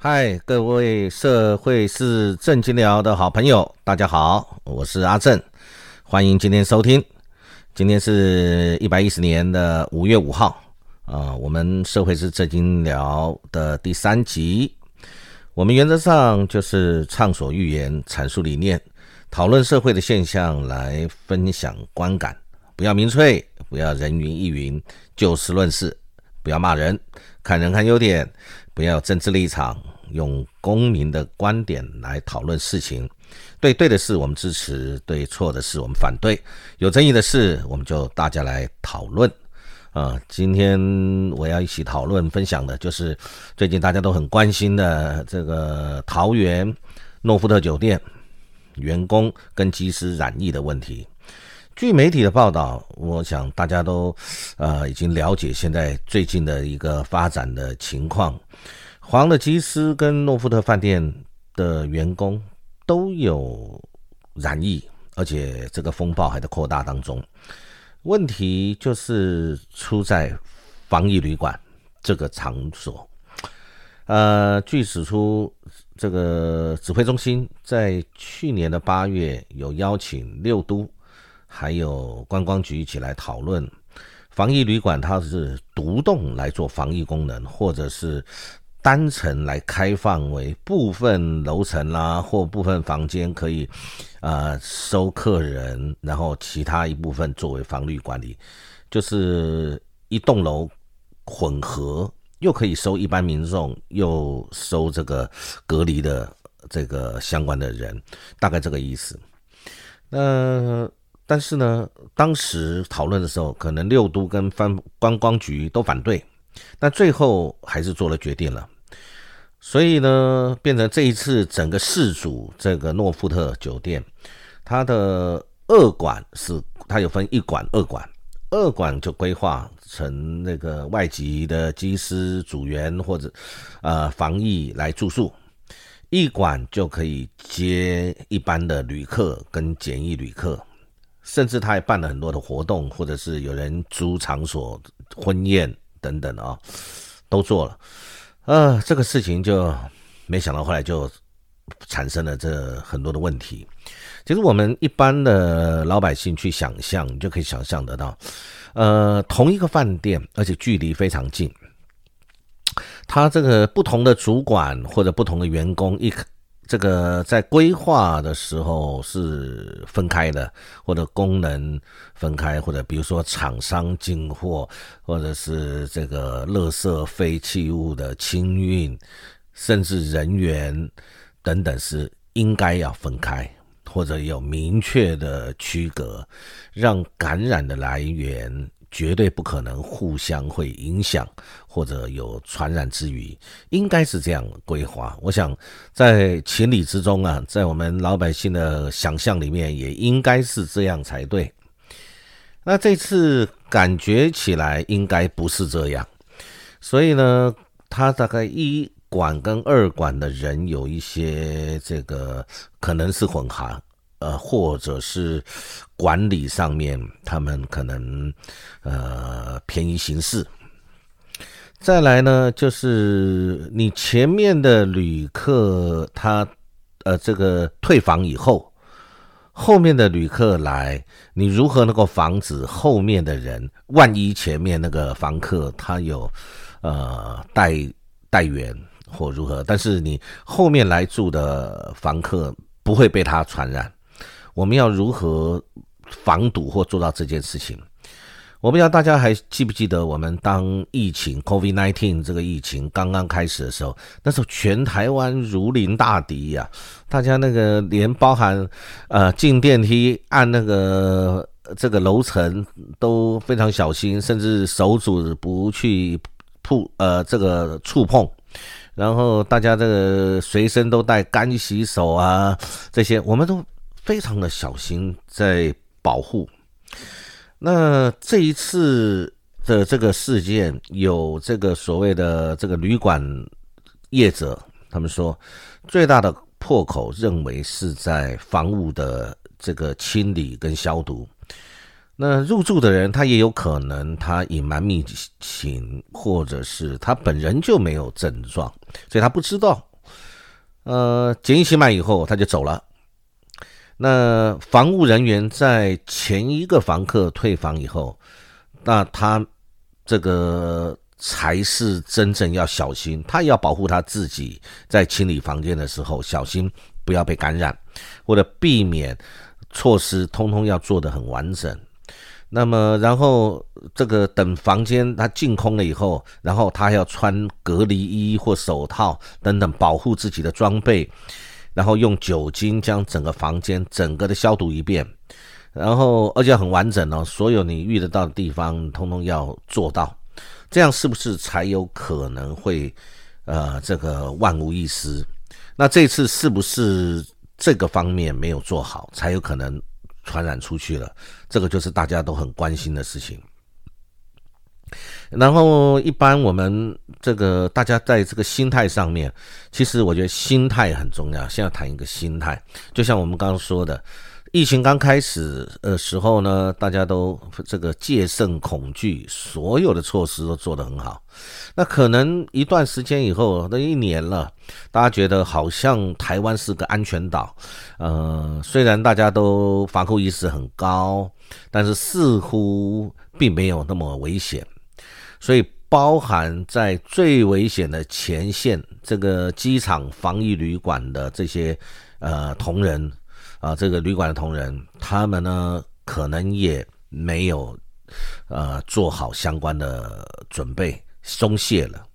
嗨，各位社会是正经聊的好朋友，大家好，我是阿正，欢迎今天收听。今天是110年的5月5号，我们社会是正经聊的第3集。我们原则上就是畅所欲言，阐述理念，讨论社会的现象，来分享观感，不要民粹，不要人云亦云，就事论事，不要骂人，看人看优点，不要有政治立场，用公民的观点来讨论事情。对的事我们支持，对错的事我们反对，有争议的事我们就大家来讨论。今天我要一起讨论分享的就是最近大家都很关心的这个桃园诺富特酒店员工跟机师染疫的问题。据媒体的报道，我想大家都已经了解现在最近的一个发展的情况。黄的机师跟诺富特饭店的员工都有染疫，而且这个风暴还在扩大当中。问题就是出在防疫旅馆这个场所。据指出，这个指挥中心在去年的8月有邀请六都还有观光局一起来讨论防疫旅馆，它是独栋来做防疫功能，或者是单层来开放为部分楼层啦，或部分房间可以收客人，然后其他一部分作为防疫管理，就是一栋楼混合，又可以收一般民众，又收这个隔离的这个相关的人，大概这个意思。但是呢，当时讨论的时候，可能六都跟观光局都反对，但最后还是做了决定了。所以呢，变成这一次整个事主这个诺富特酒店，它的二馆是它有分一馆二馆，二馆就规划成那个外籍的机师组员或者防疫来住宿，一馆就可以接一般的旅客跟检疫旅客，甚至他还办了很多的活动，或者是有人租场所婚宴等等都做了。这个事情就没想到后来就产生了这很多的问题。其实我们一般的老百姓去想象，你就可以想象得到，同一个饭店，而且距离非常近，他这个不同的主管或者不同的员工这个在规划的时候是分开的，或者功能分开，或者比如说厂商进货，或者是这个垃圾废弃物的清运，甚至人员等等是应该要分开，或者有明确的区隔，让感染的来源绝对不可能互相会影响或者有传染之虞，应该是这样规划。我想在情理之中在我们老百姓的想象里面也应该是这样才对。那这次感觉起来应该不是这样，所以呢，他大概一馆跟二馆的人有一些这个可能是混合，或者是管理上面他们可能便宜行事。再来呢，就是你前面的旅客他这个退房以后，后面的旅客来，你如何能够防止后面的人，万一前面那个房客他有带源或如何，但是你后面来住的房客不会被他传染，我们要如何防堵或做到这件事情？我不知道大家还记不记得，我们当疫情 COVID-19 这个疫情刚刚开始的时候，那时候全台湾如临大敌大家那个连包含进电梯按那个这个楼层都非常小心，甚至手指不去这个触碰，然后大家这个随身都带干洗手这些我们都非常的小心在保护。那这一次的这个事件，有这个所谓的这个旅馆业者，他们说最大的破口认为是在房屋的这个清理跟消毒。那入住的人他也有可能他隐瞒疫情，或者是他本人就没有症状，所以他不知道检疫期满以后他就走了。那房务人员在前一个房客退房以后，那他这个才是真正要小心，他也要保护他自己，在清理房间的时候小心不要被感染，或者避免措施通通要做得很完整。那么然后这个等房间它净空了以后，然后他要穿隔离衣或手套等等保护自己的装备，然后用酒精将整个房间整个的消毒一遍，然后而且很完整哦，所有你遇得到的地方通通要做到，这样是不是才有可能会这个万无一失？那这次是不是这个方面没有做好，才有可能传染出去了？这个就是大家都很关心的事情。然后一般我们这个大家在这个心态上面，其实我觉得心态很重要。现在谈一个心态，就像我们刚刚说的，疫情刚开始的时候呢，大家都这个戒慎恐惧，所有的措施都做得很好。那可能一段时间以后，那1年了，大家觉得好像台湾是个安全岛，虽然大家都防护意识很高，但是似乎并没有那么危险。所以包含在最危险的前线，这个机场防疫旅馆的这些同仁这个旅馆的同仁，他们呢可能也没有做好相关的准备，松懈了。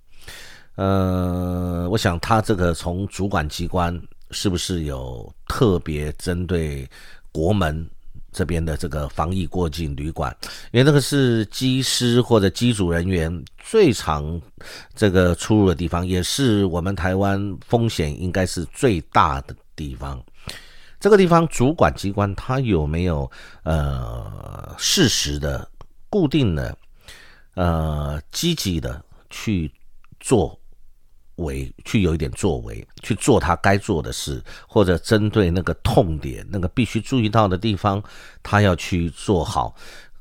我想他这个从主管机关是不是有特别针对国门这边的这个防疫过境旅馆，因为那个是机师或者机组人员最常这个出入的地方，也是我们台湾风险应该是最大的地方。这个地方主管机关它有没有适时的固定的积极的去去有一点作为，去做他该做的事，或者针对那个痛点，那个必须注意到的地方，他要去做好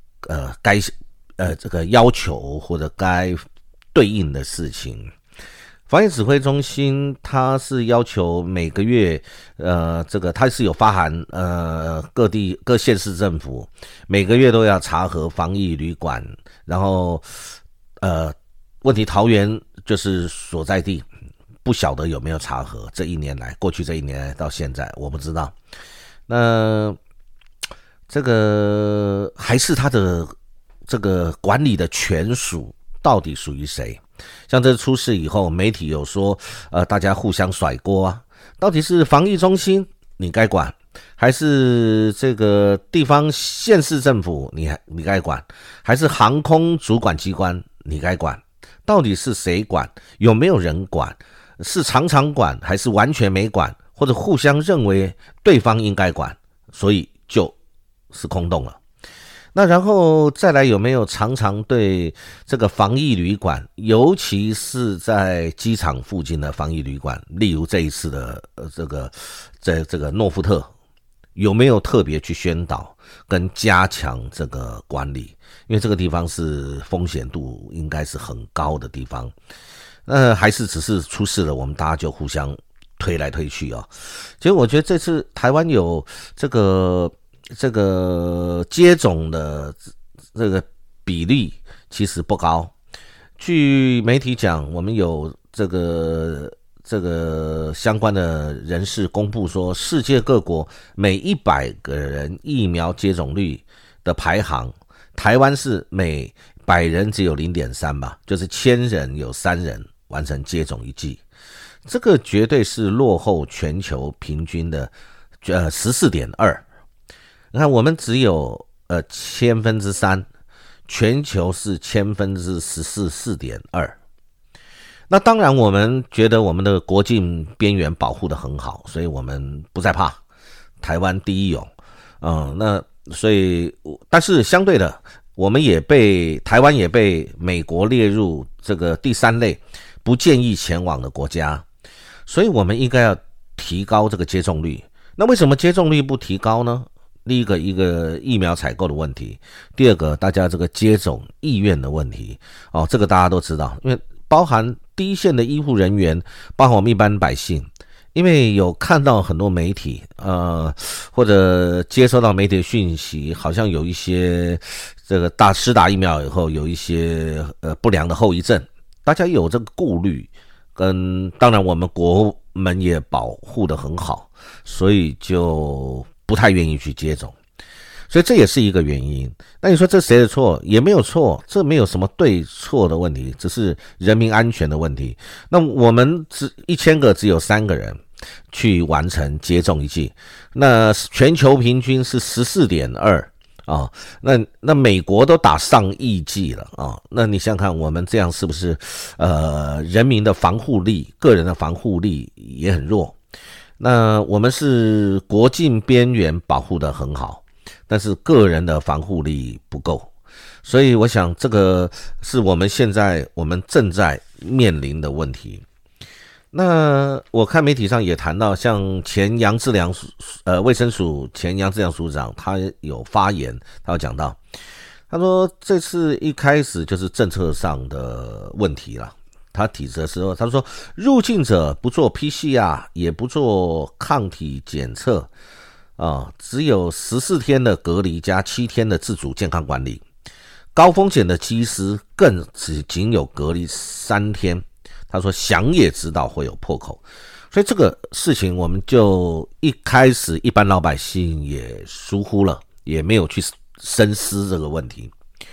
这个要求或者该对应的事情。防疫指挥中心它是要求每个月这个它是有发函各县市政府每个月都要查核防疫旅馆，然后问题桃园就是所在地，不晓得有没有查核，过去这一年来到现在我不知道。那这个还是他的这个管理的权属到底属于谁？像这出事以后，媒体有说大家互相甩锅啊，到底是防疫中心你该管，还是这个地方县市政府你该管，还是航空主管机关你该管？到底是谁管？有没有人管？是常常管还是完全没管，或者互相认为对方应该管，所以就是空洞了。那然后再来，有没有常常对这个防疫旅馆，尤其是在机场附近的防疫旅馆，例如这一次的这个诺富特，有没有特别去宣导跟加强这个管理？因为这个地方是风险度应该是很高的地方。还是只是出事了，我们大家就互相推来推去啊。其实我觉得这次台湾有这个接种的这个比例其实不高。据媒体讲，我们有这个相关的人士公布说，世界各国每100个人疫苗接种率的排行，台湾是每100人只有 0.3 吧，就是1000人有3人完成接种1剂，这个绝对是落后全球平均的14.2。你看我们只有3%，全球是14.2%。那当然我们觉得我们的国境边缘保护得很好，所以我们不再怕，台湾第一勇。那所以但是相对的，台湾也被美国列入这个第3类不建议前往的国家，所以我们应该要提高这个接种率。那为什么接种率不提高呢？第一个疫苗采购的问题，第二个大家这个接种意愿的问题。这个大家都知道，因为包含第一线的医护人员，包含我们一般百姓， 因为有看到很多媒体，或者接收到媒体的讯息，好像有一些这个施打疫苗以后有一些不良的后遗症，大家有这个顾虑，当然我们国门也保护得很好，所以就不太愿意去接种。所以这也是一个原因。那你说这谁的错？也没有错，这没有什么对错的问题，只是人民安全的问题。那我们1000个只有3个人去完成接种一剂，那全球平均是 14.2 啊，那美国都打上亿剂了啊，那你想想看，我们这样是不是人民的防护力、个人的防护力也很弱？那我们是国境边缘保护得很好，但是个人的防护力不够，所以我想这个是我们正在面临的问题。那我看媒体上也谈到，像前杨志良卫生署前杨志良署长，他有发言，他有讲到，他说这次一开始就是政策上的问题了。他提出的时候，他说入境者不做 PCR， 也不做抗体检测只有14天的隔离加7天的自主健康管理，高风险的机师更仅有隔离3天。他说想也知道会有破口，所以这个事情我们就一开始一般老百姓也疏忽了，也没有去深思这个问题。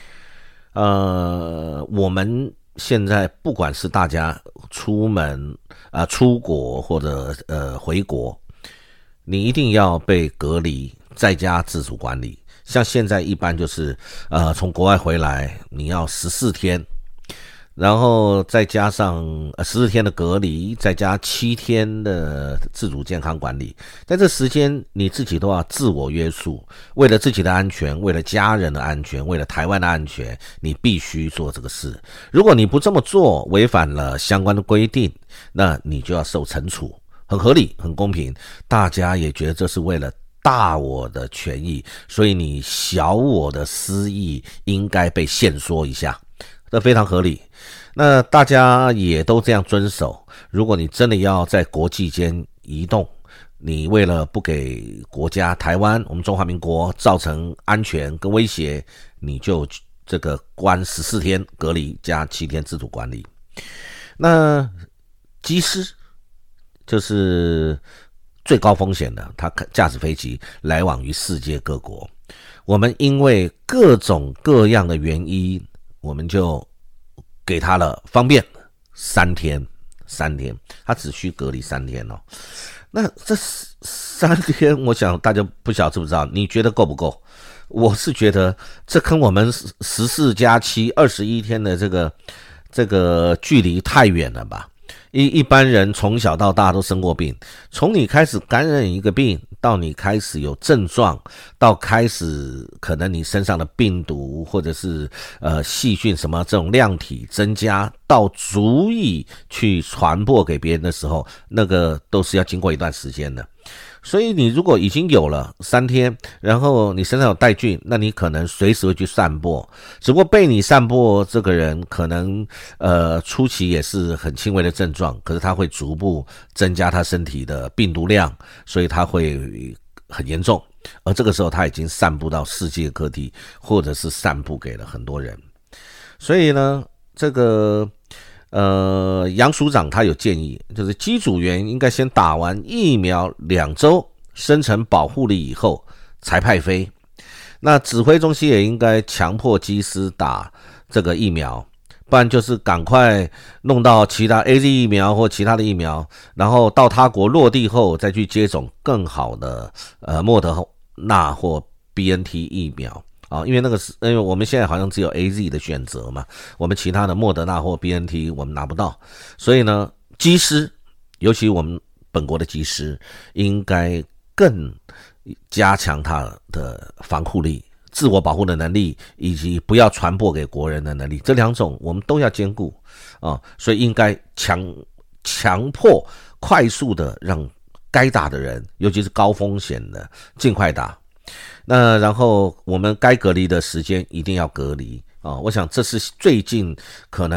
我们现在不管是大家出门出国或者回国，你一定要被隔离，在家自主管理。像现在一般就是从国外回来，你要14天，然后再加上14天的隔离，再加7天的自主健康管理，在这时间你自己都要自我约束，为了自己的安全，为了家人的安全，为了台湾的安全，你必须做这个事。如果你不这么做，违反了相关的规定，那你就要受惩处，很合理，很公平，大家也觉得这是为了大我的权益，所以你小我的私益应该被限缩一下，这非常合理。那大家也都这样遵守，如果你真的要在国际间移动，你为了不给国家台湾我们中华民国造成安全跟威胁，你就这个关14天隔离加7天自主管理。那机师就是最高风险的，他驾驶飞机来往于世界各国，我们因为各种各样的原因，我们就给他了方便3天，他只需隔离3天哦。那这3天，我想大家不晓得知不知道？你觉得够不够？我是觉得这跟我们14加7 21天的这个距离太远了吧？一般人从小到大都生过病，从你开始感染一个病，到你开始有症状，到开始可能你身上的病毒或者是细菌什么这种量体增加，到足以去传播给别人的时候，那个都是要经过一段时间的。所以你如果已经有了3天，然后你身上有带菌，那你可能随时会去散播，只不过被你散播这个人可能初期也是很轻微的症状，可是他会逐步增加他身体的病毒量，所以他会很严重，而这个时候他已经散布到世界各地，或者是散布给了很多人。所以呢，这个杨署长他有建议，就是机组员应该先打完疫苗2周，生成保护力以后才派飞。那指挥中心也应该强迫机师打这个疫苗，不然就是赶快弄到其他 AZ 疫苗或其他的疫苗，然后到他国落地后再去接种更好的莫德纳或 BNT 疫苗。因为我们现在好像只有 AZ 的选择嘛，我们其他的莫德纳或 BNT 我们拿不到，所以呢，机师，尤其我们本国的机师，应该更加强他的防护力、自我保护的能力，以及不要传播给国人的能力，这2种我们都要兼顾所以应该强迫快速的让该打的人，尤其是高风险的，尽快打。那然后我们该隔离的时间一定要隔离我想这是最近可能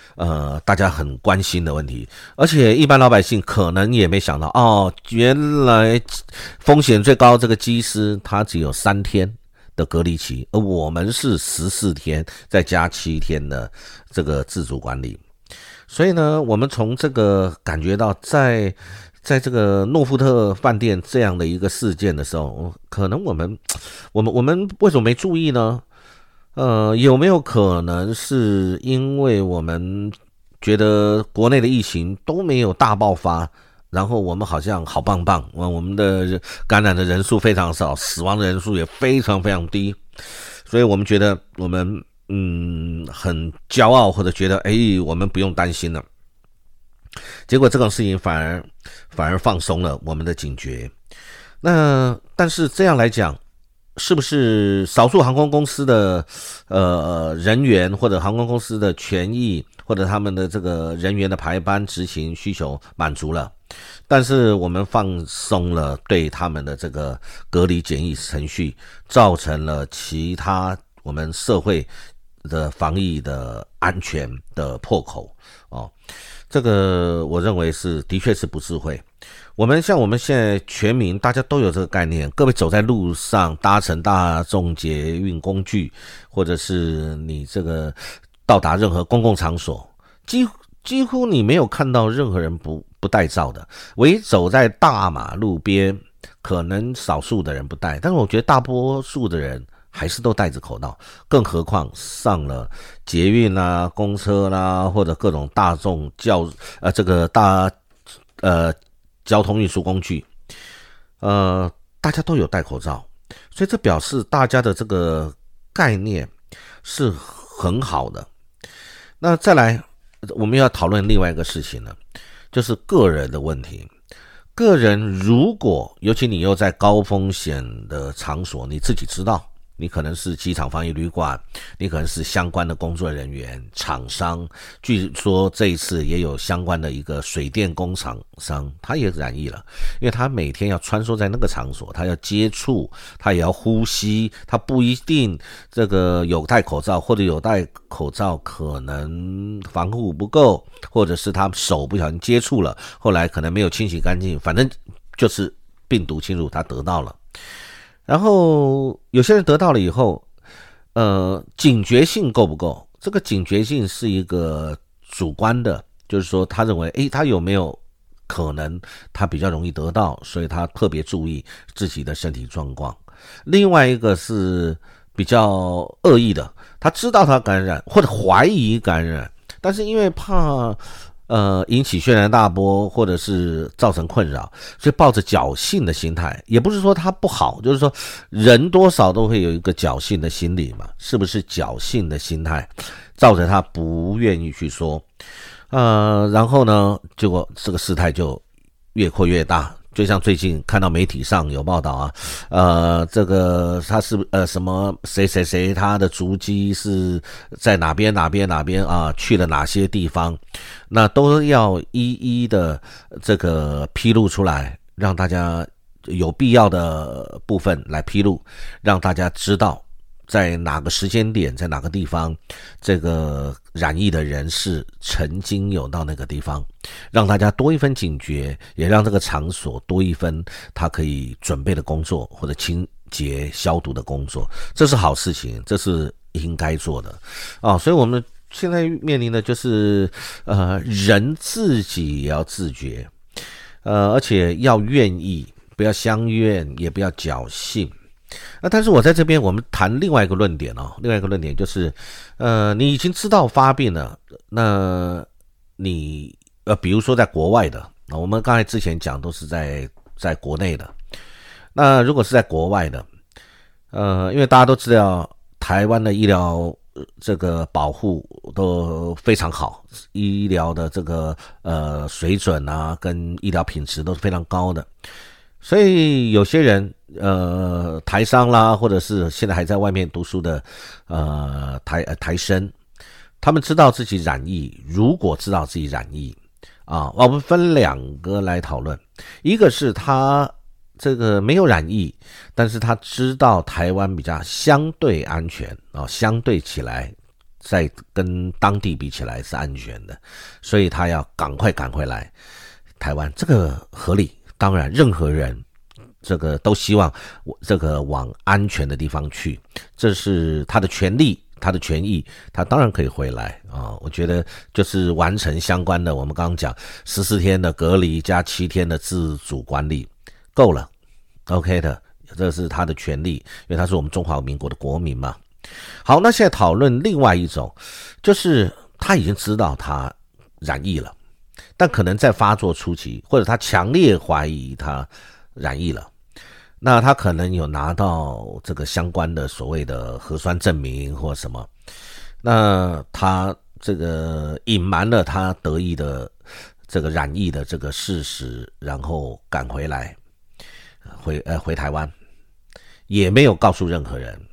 大家很关心的问题，而且一般老百姓可能也没想到原来风险最高这个机师他只有3天的隔离期，而我们是14天再加7天的这个自主管理。所以呢，我们从这个感觉到在这个诺富特饭店这样的一个事件的时候，可能我们为什么没注意呢？有没有可能是因为我们觉得国内的疫情都没有大爆发，然后我们好像好棒棒，我们的感染的人数非常少，死亡的人数也非常非常低，所以我们觉得我们很骄傲，或者觉得我们不用担心了。结果这种事情反而放松了我们的警觉。那但是这样来讲，是不是少数航空公司的人员或者航空公司的权益或者他们的这个人员的排班执行需求满足了，但是我们放松了对他们的这个隔离检疫程序，造成了其他我们社会的防疫的安全的破口这个我认为的确是不智慧。我们现在全民大家都有这个概念，各位走在路上搭乘大众捷运工具，或者是你这个到达任何公共场所，几乎你没有看到任何人不戴罩的，唯一走在大马路边可能少数的人不戴，但是我觉得大多数的人还是都戴着口罩，更何况上了捷运啦、公车啦，或者各种大众交通运输工具，大家都有戴口罩，所以这表示大家的这个概念是很好的。那再来，我们要讨论另外一个事情呢，就是个人的问题。个人如果尤其你又在高风险的场所，你自己知道。你可能是机场防疫旅馆，你可能是相关的工作人员、厂商。据说这一次也有相关的一个水电工厂商，他也染疫了，因为他每天要穿梭在那个场所，他要接触，他也要呼吸，他不一定这个有戴口罩，或者有戴口罩可能防护不够，或者是他手不小心接触了，后来可能没有清洗干净，反正就是病毒侵入，他得到了。然后有些人得到了以后，警觉性够不够？这个警觉性是一个主观的，就是说他认为，他有没有可能他比较容易得到，所以他特别注意自己的身体状况。另外一个是比较恶意的，他知道他感染或者怀疑感染，但是因为怕引起轩然大波，或者是造成困扰，所以抱着侥幸的心态，也不是说他不好，就是说人多少都会有一个侥幸的心理嘛，是不是侥幸的心态造成他不愿意去说，然后呢，结果这个事态就越扩越大。就像最近看到媒体上有报道这个他是什么谁他的足迹是在哪边去了哪些地方，那都要一一的这个披露出来，让大家有必要的部分来披露，让大家知道在哪个时间点，在哪个地方，这个染疫的人士曾经有到那个地方，让大家多一分警觉，也让这个场所多一分他可以准备的工作，或者清洁消毒的工作，这是好事情，这是应该做的所以我们现在面临的就是人自己也要自觉，而且要愿意，不要相怨，也不要侥幸。但是我在这边我们谈另外一个论点另外一个论点就是你已经知道发病了，那你比如说在国外的，我们刚才之前讲都是在国内的，那如果是在国外的因为大家都知道台湾的医疗这个保护都非常好，医疗的这个水准跟医疗品质都是非常高的，所以有些人台商啦，或者是现在还在外面读书的台生，他们知道自己染疫，如果知道自己染疫我们分2个来讨论，一个是他这个没有染疫，但是他知道台湾比较相对安全相对起来在跟当地比起来是安全的，所以他要赶快赶回来台湾，这个合理。当然任何人这个都希望这个往安全的地方去，这是他的权利，他的权益，他当然可以回来啊。我觉得就是完成相关的，我们刚刚讲14天的隔离加7天的自主管理，够了 ，OK 的，这是他的权利，因为他是我们中华民国的国民嘛。好，那现在讨论另外一种，就是他已经知道他染疫了，但可能在发作初期，或者他强烈怀疑他染疫了，那他可能有拿到这个相关的所谓的核酸证明或什么，那他这个隐瞒了他得疫的这个染疫的这个事实，然后赶回来回台湾，也没有告诉任何人。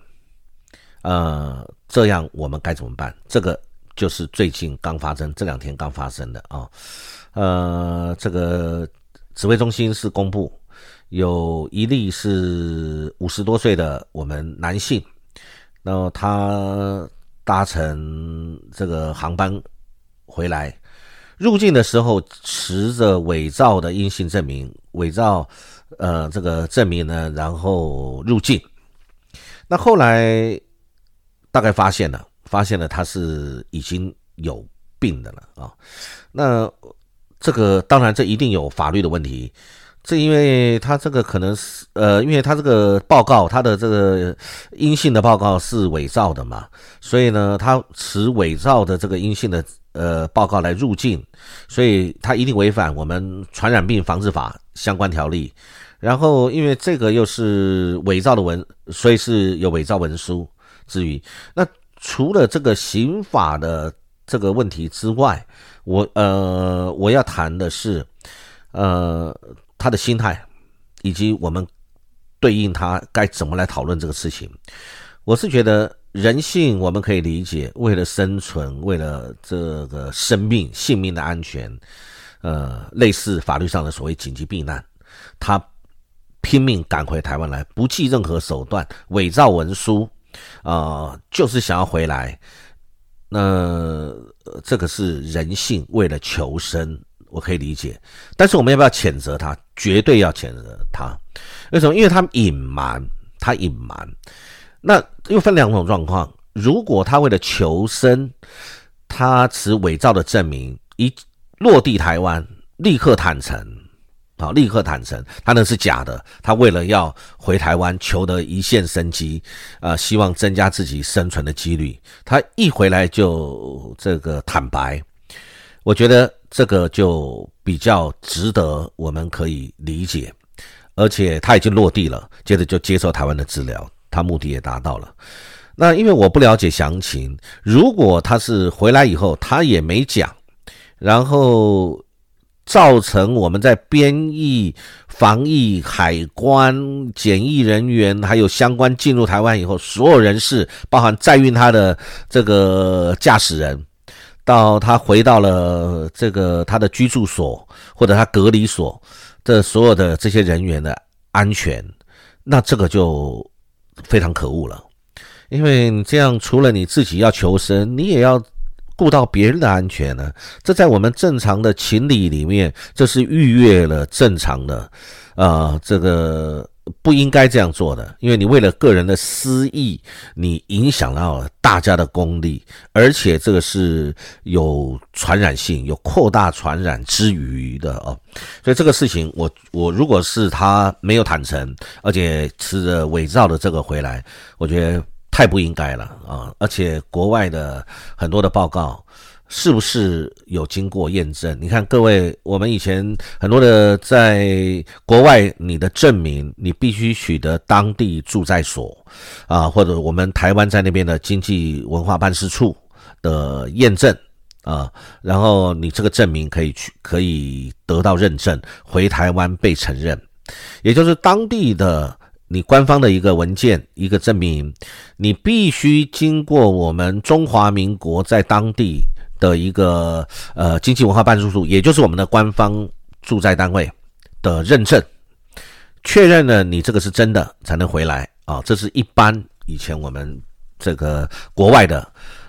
这样我们该怎么办？这个就是最近刚发生，这2天刚发生的啊。这个指挥中心是公布有一例是50多岁的我们男性，然后他搭乘这个航班回来，入境的时候持着伪造的阴性证明，伪造这个证明呢，然后入境。那后来大概发现了他是已经有病的了啊。那这个当然这一定有法律的问题，这因为他这个可能是因为他这个报告，他的这个阴性的报告是伪造的嘛，所以呢他持伪造的这个阴性的报告来入境，所以他一定违反我们传染病防治法相关条例。然后因为这个又是伪造的所以是有伪造文书之余，那除了这个刑法的这个问题之外，我要谈的是他的心态，以及我们对应他该怎么来讨论这个事情。我是觉得人性我们可以理解，为了生存，为了这个生命性命的安全，类似法律上的所谓紧急避难，他拼命赶回台湾来，不计任何手段，伪造文书，就是想要回来。那这个是人性，为了求生，我可以理解。但是我们要不要谴责他？绝对要谴责他。为什么？因为他隐瞒。那又分2种状况。如果他为了求生，他持伪造的证明，一落地台湾，立刻坦诚，他那是假的，他为了要回台湾求得一线生机，希望增加自己生存的几率，他一回来就这个坦白，我觉得这个就比较值得我们可以理解。而且他已经落地了，接着就接受台湾的治疗，他目的也达到了。那因为我不了解详情，如果他是回来以后他也没讲，然后造成我们在边役、防疫、海关、检疫人员还有相关进入台湾以后，所有人士，包含载运他的这个驾驶人，到他回到了这个他的居住所或者他隔离所的所有的这些人员的安全，那这个就非常可恶了。因为你这样除了你自己要求生，你也要顾到别人的安全呢，这在我们正常的情理里面，这是逾越了正常的这个不应该这样做的。因为你为了个人的私益，你影响到了大家的公利，而且这个是有传染性，有扩大传染之余的所以这个事情我如果是他没有坦诚，而且持着伪造的这个回来，我觉得太不应该了而且国外的很多的报告是不是有经过验证？你看各位，我们以前很多的在国外，你的证明你必须取得当地驻在所或者我们台湾在那边的经济文化办事处的验证然后你这个证明可以得到认证，回台湾被承认，也就是当地的你官方的一个文件，一个证明，你必须经过我们中华民国在当地的一个经济文化办事处，也就是我们的官方驻在单位的认证，确认了你这个是真的才能回来这是一般以前我们这个国外的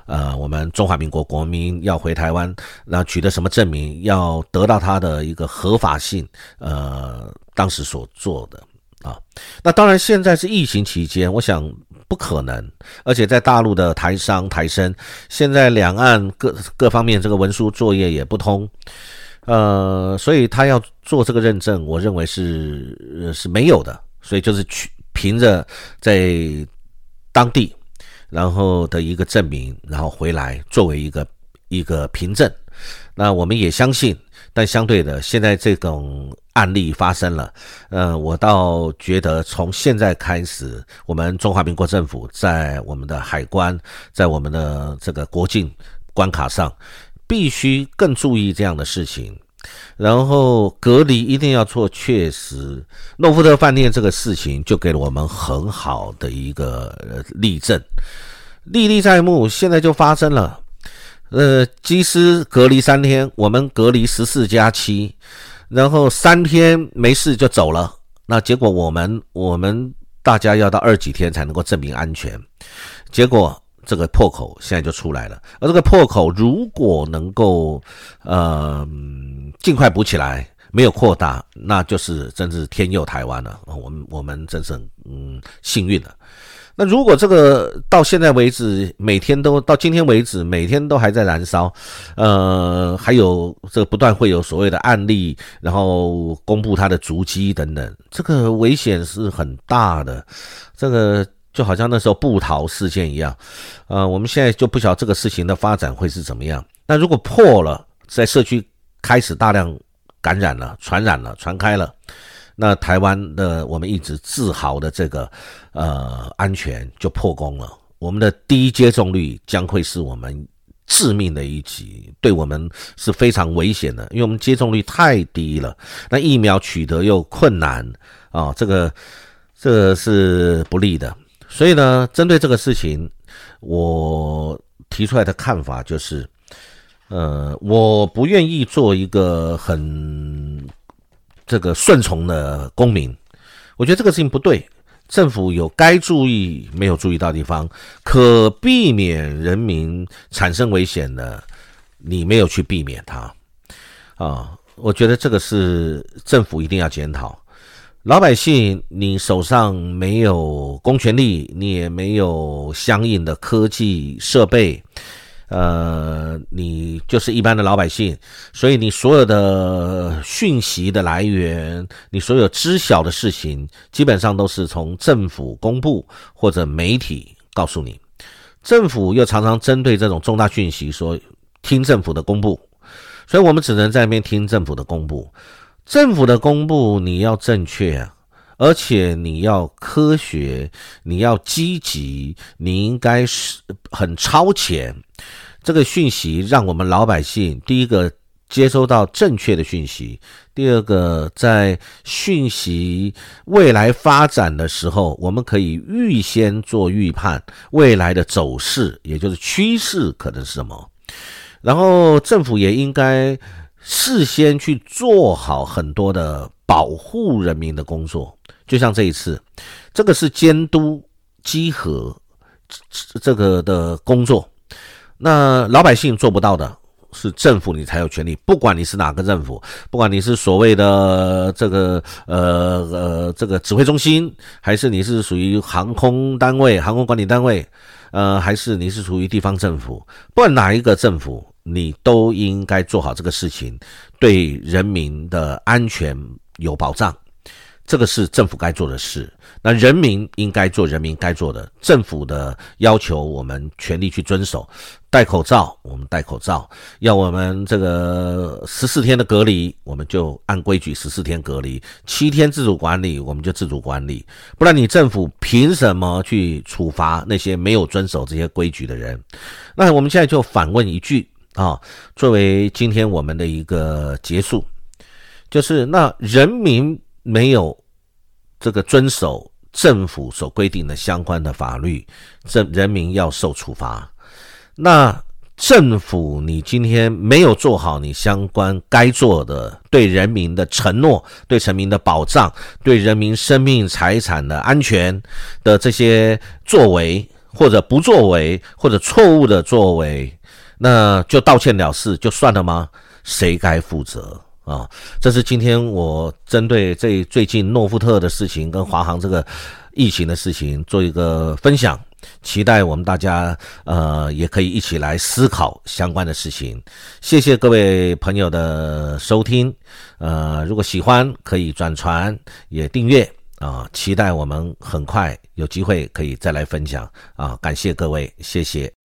我们中华民国国民要回台湾，那取得什么证明，要得到他的一个合法性，当时所做的啊。那当然现在是疫情期间，我想不可能，而且在大陆的台商台生，现在两岸各方面这个文书作业也不通，所以他要做这个认证，我认为是没有的，所以就是凭着在当地然后的一个证明，然后回来作为一个凭证。那我们也相信，但相对的，现在这种案例发生了，我倒觉得从现在开始，我们中华民国政府在我们的海关，在我们的这个国境关卡上，必须更注意这样的事情。然后隔离一定要做确实，诺富特饭店这个事情就给了我们很好的一个例证，历历在目，现在就发生了。机师隔离3天，我们隔离14+7，然后3天没事就走了，那结果我们大家要到20几天才能够证明安全，结果这个破口现在就出来了，而这个破口如果能够尽快补起来，没有扩大，那就是真是天佑台湾了，我们真是幸运了。那如果这个到现在为止，到今天为止，每天都还在燃烧，还有这个不断会有所谓的案例，然后公布它的足迹等等，这个危险是很大的。这个就好像那时候布桃事件一样，我们现在就不晓得这个事情的发展会是怎么样。那如果破了，在社区开始大量感染了、传染了、传开了，那台湾的我们一直自豪的这个安全就破功了，我们的低接种率将会是我们致命的一击，对我们是非常危险的，因为我们接种率太低了，那疫苗取得又困难啊，这个是不利的。所以呢，针对这个事情，我提出来的看法就是，我不愿意做一个很这个顺从的公民，我觉得这个事情不对，政府有该注意没有注意到的地方，可避免人民产生危险的，你没有去避免它我觉得这个是政府一定要检讨。老百姓你手上没有公权力，你也没有相应的科技设备，你就是一般的老百姓，所以你所有的讯息的来源，你所有知晓的事情，基本上都是从政府公布或者媒体告诉你。政府又常常针对这种重大讯息说听政府的公布，所以我们只能在那边听政府的公布。政府的公布你要正确啊，而且你要科学，你要积极，你应该是很超前。这个讯息让我们老百姓，第一个接收到正确的讯息，第二个在讯息未来发展的时候，我们可以预先做预判未来的走势，也就是趋势可能是什么。然后政府也应该事先去做好很多的保护人民的工作，就像这一次，这个是监督稽核这个的工作，那老百姓做不到的，是政府你才有权利，不管你是哪个政府，不管你是所谓的这个这个指挥中心，还是你是属于航空单位、航空管理单位，还是你是属于地方政府，不管哪一个政府，你都应该做好这个事情，对人民的安全有保障，这个是政府该做的事。那人民应该做人民该做的，政府的要求我们全力去遵守。戴口罩我们戴口罩，要我们这个14天的隔离，我们就按规矩14天隔离，7天自主管理我们就自主管理，不然你政府凭什么去处罚那些没有遵守这些规矩的人？那我们现在就反问一句作为今天我们的一个结束，就是那人民没有这个遵守政府所规定的相关的法律，人民要受处罚。那政府你今天没有做好你相关该做的对人民的承诺，对人民的保障，对人民生命财产的安全的这些作为或者不作为，或者错误的作为，那就道歉了事就算了吗？谁该负责啊？这是今天我针对最近诺富特的事情跟华航这个疫情的事情做一个分享，期待我们大家也可以一起来思考相关的事情。谢谢各位朋友的收听，如果喜欢可以转传也订阅期待我们很快有机会可以再来分享感谢各位，谢谢。